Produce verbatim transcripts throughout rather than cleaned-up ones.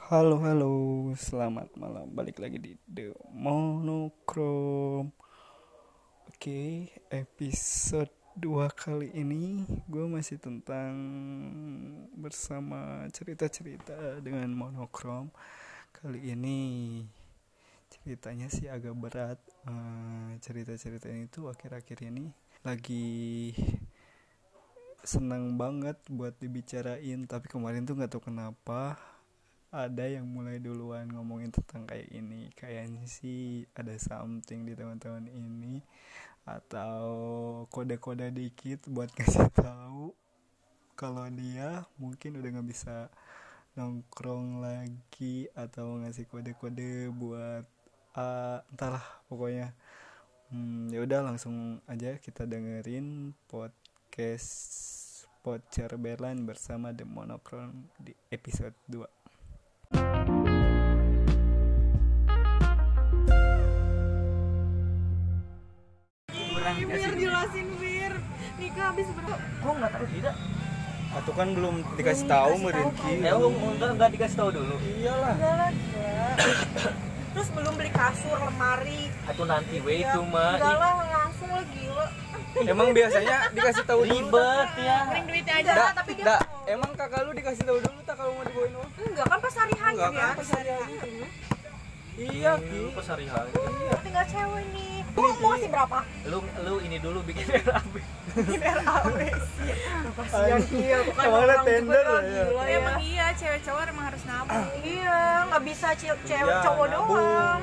Halo halo, selamat malam. Balik lagi di The Monochrome. Oke, episode dua kali ini gue masih tentang bersama cerita-cerita dengan Monochrome. Kali ini ceritanya sih agak berat. uh, Cerita-cerita ini tuh akhir-akhir ini lagi senang banget buat dibicarain. Tapi kemarin tuh gak tahu kenapa ada yang mulai duluan ngomongin tentang kayak ini. Kayaknya sih ada something di teman-teman ini, atau kode-kode dikit buat kasih tahu kalau dia mungkin udah nggak bisa nongkrong lagi, atau ngasih kode-kode buat uh, entahlah pokoknya. Hmm, ya udah langsung aja kita dengerin podcast Pocer Berlan bersama The Monochrome di episode dua. Biar jelasin Bir, nikah habis berapa? Kok nggak tahu tidak? Atau kan belum dikasih tahu Merinki. Eh, oh, enggak enggak dikasih tahu dulu. Iyalah. Enggak lah, enggak. Terus belum beli kasur, lemari. Atau nanti we Ya, itu mah. enggak lah, langsung lah gila. Emang biasanya dikasih tahu dulu. Ribet ya. Mending duitnya aja. Enggak, Tapi dia enggak. Emang kakak lu dikasih tahu dulu tak kalau mau dibawain uang? enggak kan pas hari hari Enggak ya. kan pas hari hari. Iya, Ki. Lu pas hari-hari. Tapi enggak cewek nih. Lu mau kasih berapa? Lu lu ini dulu bikin rapi. Ini R A W sih. Kasihan dia, bukan Emang ada orang tender juga ya? gila ya. Emang iya, cewek cowok emang harus nabung. Iya, enggak bisa ce- cewek Iya, cowok nabung. doang.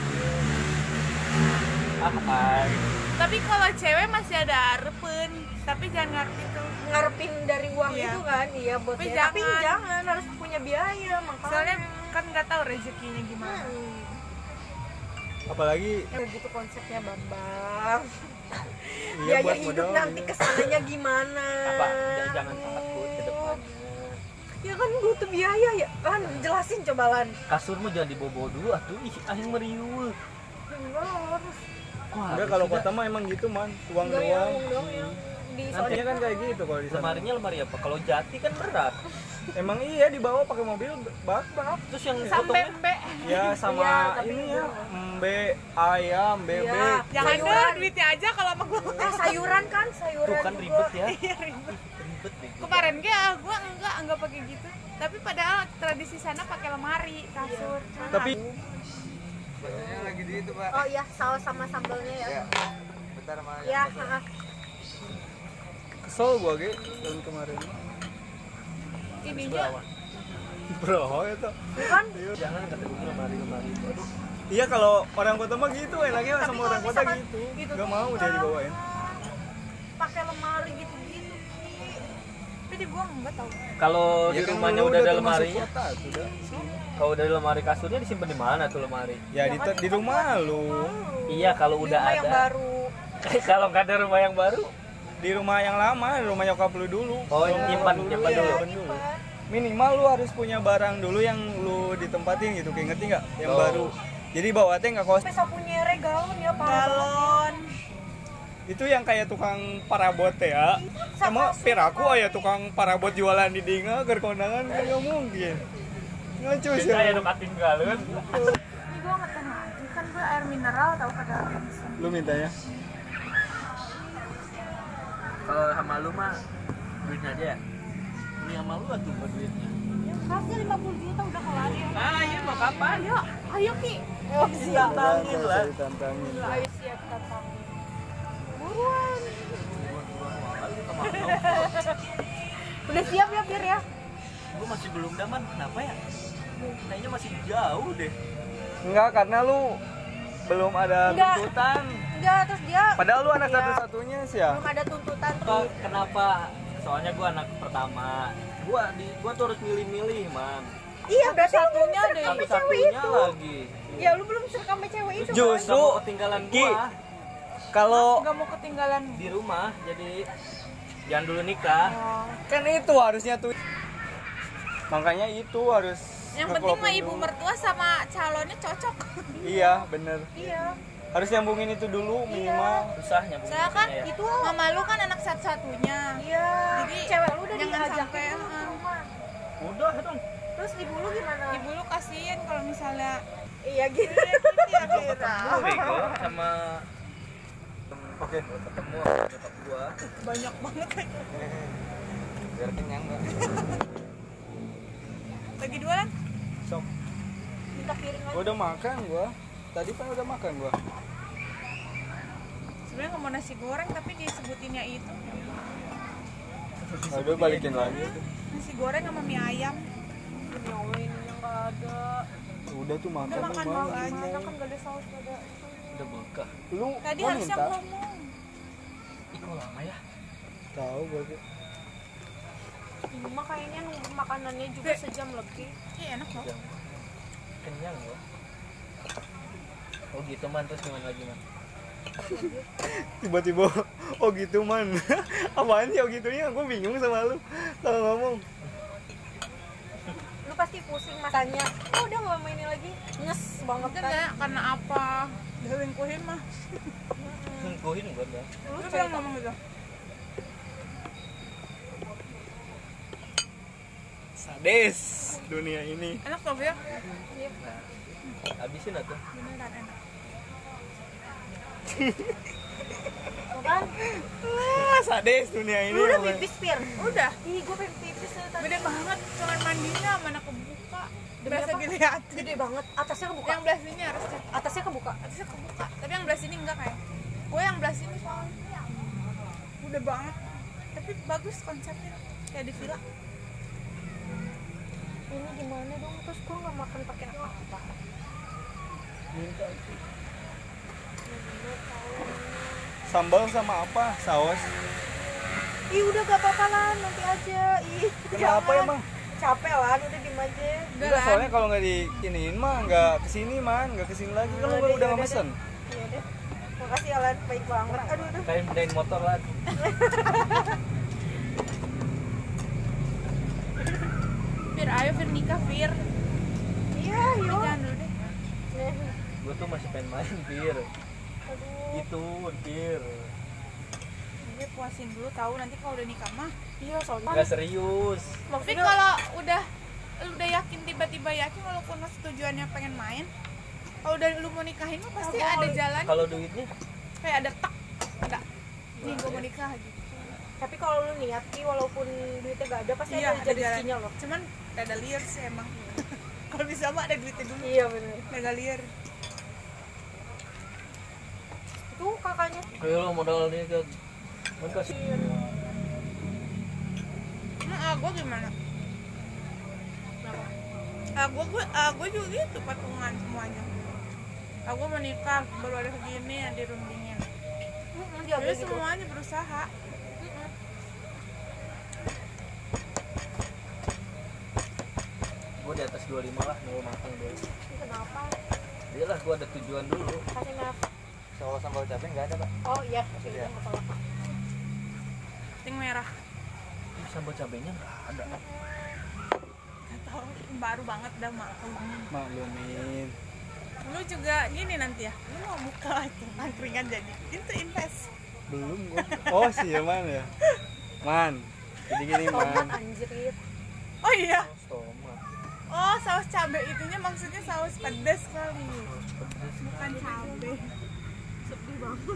Ah, ay. Tapi kalau cewek masih ada arepen, tapi jangan ngarep itu. Ngarepin dari uang Iya. itu kan, iya buat Tapi dia. jangan. Tapi jangan harus punya biaya makanya. Soalnya kan nggak tahu rezekinya gimana. Hmm. Apalagi Ya gitu konsepnya Bambang. iya Biaya buat hidup modal. nanti kesananya gimana? Apa? J- Jangan takut ke depan. Ya kan butuh biaya ya kan, jelasin coba Lan. Kasurmu jangan dibawa dulu atuh. Ih, aing meriuh. Enggak harus. Kok Enggak, harus kalau tidak? kota mah emang gitu, Man. Uang Enggak ya, doang. uang doang yang di Nantinya kan kayak gitu kalau di sana. Lemarinya lemari apa? Kalau jati kan berat. Emang iya dibawa pakai mobil bak bak. Terus yang Sampai potongnya mbe. Ya sama Iya, tapi ini ya, enggak. mbe, ayam, bebek. Iya. Jangan Sayuran. deh duitnya aja kalau sama gue. Eh sayuran kan, sayuran. tuh kan juga. ribet ya. Iya ribet. Ribet deh. Kemarin gue ah, gue enggak enggak pakai gitu. Tapi padahal tradisi sana pakai lemari, kasur. Cuma Tapi lagi di itu, Pak. Oh iya, saus sama sambalnya ya. Ya. Bentar, Mas. Ya, heeh. kesel gua ge tahun kemarin. ininya Bro, itu. Kan Jangan kata gue lemari lemari. Aduh. Iya kalau orang kota mah gitu, enaknya Tapi sama kalau orang kota misalkan gitu. gitu Gak tuh mau dia enggak. dibawain. pakai lemari gitu-gitu. tapi di gue enggak tahu. Kalau di Ya kan rumahnya lu udah ada termasuk lemarinya. kota, sudah. Kalau udah lemari kasurnya disimpan di mana tuh lemari? Ya di, di rumah lu. Iya, kalau Di udah rumah yang ada. baru. Kalau nggak ada rumah yang baru, Di rumah yang lama, di rumah nyokap lu dulu. Oh, Nyokap nyimpan- lu nyimpan ya, dulu. nyimpan dulu. Minimal lu harus punya barang dulu yang lu ditempatin gitu, kayak ngerti nggak? Yang Oh. baru. Jadi bawa teh nggak kos. Sampai sapunya regalon ya, Pak. Galon. Itu yang kayak tukang parabot ya. Emang piraku aya tukang parabot jualan di dinga keur kondangan kan nggak mungkin. Ngaco sih. saya nukatin galon. Ini gue ngeteh lagi kan gue air mineral tahu pada bensin. Lu mintanya? Kalau sama lu mah duitnya aja ya. Ini sama lu tuh buat duitnya. Kasih lima puluh juta udah kelar ya. Ah, iya mau kapan? Ayo, ayo Ki. Oh, siap. Tantangin lah. Tantangin. Ayo siap tatang. Buruan. Udah siap ya, Pir ya? Gue masih belum daman, kenapa ya? Kayaknya masih jauh deh. Enggak, karena lu belum ada Enggak. tuntutan. Enggak, terus dia Padahal lu anak Iya. satu-satunya sih ya. belum ada tuntutan Kok tuh. kenapa? Soalnya gue anak pertama. Gua di gua tuh harus milih-milih, Man. Iya, berarti lu belum Satu-satunya serem deh. sama cewek Satu-satunya itu. lagi. Ya, lu belum serem sama cewek itu. Justru Nggak mau ketinggalan Ki, gua kalau Enggak mau ketinggalan. di rumah, jadi jangan dulu nikah. Oh. kan itu harusnya tuh. Makanya itu harus Yang penting mah ngeklopin ibu dulu. mertua sama calonnya cocok. Iya, bener. Iya. Harus nyambungin itu dulu minimal. Susah nyambung. Soalnya kan ya. Itu mama lu kan anak satu-satunya. iya. Jadi, Cewek lu udah jangan diajak sampai, ke uh-uh. rumah. Udah dong. Terus ibu lu gimana? Ibu lu kasihan kalau misalnya Iya gitu. ya Vira. Ketemu bego sama Oke. ketemu sama nyokap gua. Banyak banget lagi. Biar kenyang mbak. Lagi jualan? Sok. Minta piring lagi. Gua udah makan gua. Tadi kan udah makan gua. Sebenarnya nggak mau nasi goreng tapi disebutinnya itu Udah balikin lagi. nasi goreng sama mie ayam. Ya Allah ininya nggak ada. Udah tuh makan Udah makan Bang. dulu aja. Gimana kan nggak ada saus nggak ada. Udah bekah. Lu Tadi mau harusnya minta? ngomong. Ih kok lama ya? Tahu gua. Ibu mah kayaknya nunggu makanannya juga sejam lebih. Iya enak loh. Jam. Kenyang gua. Oh gitu man, terus gimana lagi man? Tiba-tiba oh gitu man. Apaan sih oh gitunya? Gua bingung sama lu kalau ngomong. Lu pasti pusing masanya. Oh udah nggak mainin lagi. Nyes banget Udah kan. nggak karena apa? Dilingkuhin mah. Nungguin gua dah. Lu Lu bilang cerita. ngomong gitu. Sades dunia ini. Enak loh ya. Habisin atuh. Beneran enak. Tuh kan? Ah, sades dunia ini. Lu udah pokoknya. pipis Pir? Udah. Ih gue pengen pipis ya tadi. Gede banget. Cuman mandinya mana kebuka. Demi Berasa apa? dilihatin. Gede banget. Atasnya kebuka. Yang belah sini harusnya. Atasnya kebuka. Atasnya kebuka. Tapi yang belah sini enggak kayak. Gue yang belah sini soalnya. Udah banget. Tapi bagus konsepnya. Kayak di villa. Ini gimana dong? Terus gue nggak makan pakai apa-apa. Minta. Sambal sama apa? Saus. Ih udah gak apa-apa lah, nanti aja. Ih Kenapa jangan. emang? Capek lah, udah diem aja. Udah Enggak, lah. soalnya kalau nggak diiniin mah nggak kesini man, nggak kesini lagi kan lu Yaudah, udah nggak yaudah mesen. deh. Iya deh. Makasih Alan, baik banget. Aduh aduh. Kayak bedain motor lah. Fir, ayo Fir nikah Fir. Iya yuk. Jangan dulu deh. Nih. Gua tuh masih pengen main bir. Aduh. Itu bir. Gue puasin dulu tahu nanti kalau udah nikah mah. Iya soalnya. Gak serius. Tapi Maksudnya kalau udah lu udah yakin tiba-tiba yakin walaupun mas tujuannya pengen main, kalau udah lu mau nikahin mah pasti Oh, ada jalan Kalau duitnya kayak ada tak enggak nih gue mau nikah gitu. tapi kalau lu niat nih walaupun duitnya gak ada pasti Iya, ada ada jadi jalan. rezekinya loh. Cuman ada liar sih emang. Kalau bisa mah ada duitnya dulu. Iya bener. Ada liar. Itu kakaknya. ayo lo modal nih ke kan kasih Nah, ah, gue gimana? Kenapa? Ah, gue gue ah, gue juga gitu patungan semuanya. Ah, gue mau nikah baru ada segini yang dirundingin. Mm-mm, dia Jadi bilang gitu. semuanya berusaha. Mm-mm. gua di atas dua puluh lima lah nol matang dulu. Kenapa? Dia lah gua ada tujuan dulu. Kasih maaf. Soal sambal cabai nggak ada pak. Oh iya, kasih Iya. nggak apa-apa. Ting merah. Ih, sambal cabenya nggak ada. Gak tahu baru banget dah maklum. Maklumin. Lu juga gini nanti ya. Lu mau buka itu angkringan jadi. Itu invest. Belum gua. Oh sih ya man ya. Man. Jadi gini Tomat man. anjir. Oh iya. Tomat. Oh, saus cabai itunya maksudnya saus pedas kali. Pedes. Bukan cabai. Sedih banget.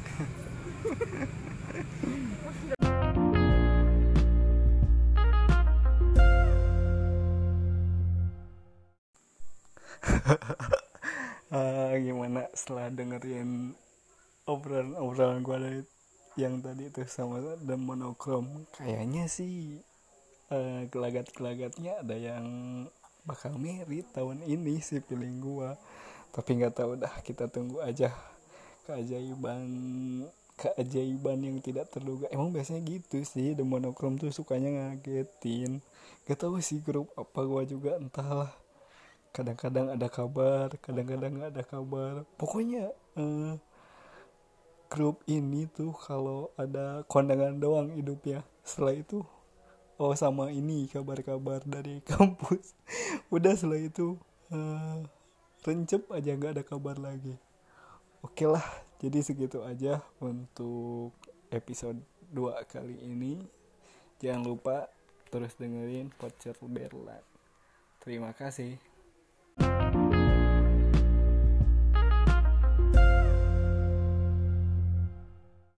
Ah, gimana setelah dengerin obrolan-obrolan gua dari yang tadi itu sama dan monokrom, kayaknya sih eh, gelagat-gelagatnya ada yang bakal merit tahun ini sih feeling gua. Tapi nggak tahu dah, kita tunggu aja keajaiban keajaiban yang tidak terduga. Emang biasanya gitu sih, The Monokrom tuh sukanya ngagetin. Gak tahu sih grup apa gua juga, entahlah. Kadang-kadang ada kabar, kadang-kadang nggak ada kabar. Pokoknya eh, grup ini tuh kalau ada kondangan doang hidupnya. Setelah itu oh sama ini kabar-kabar dari kampus. Udah setelah itu eh, rencep aja nggak ada kabar lagi. Oke lah, jadi segitu aja untuk episode dua kali ini. Jangan lupa terus dengerin Podcast Berlan. Terima kasih.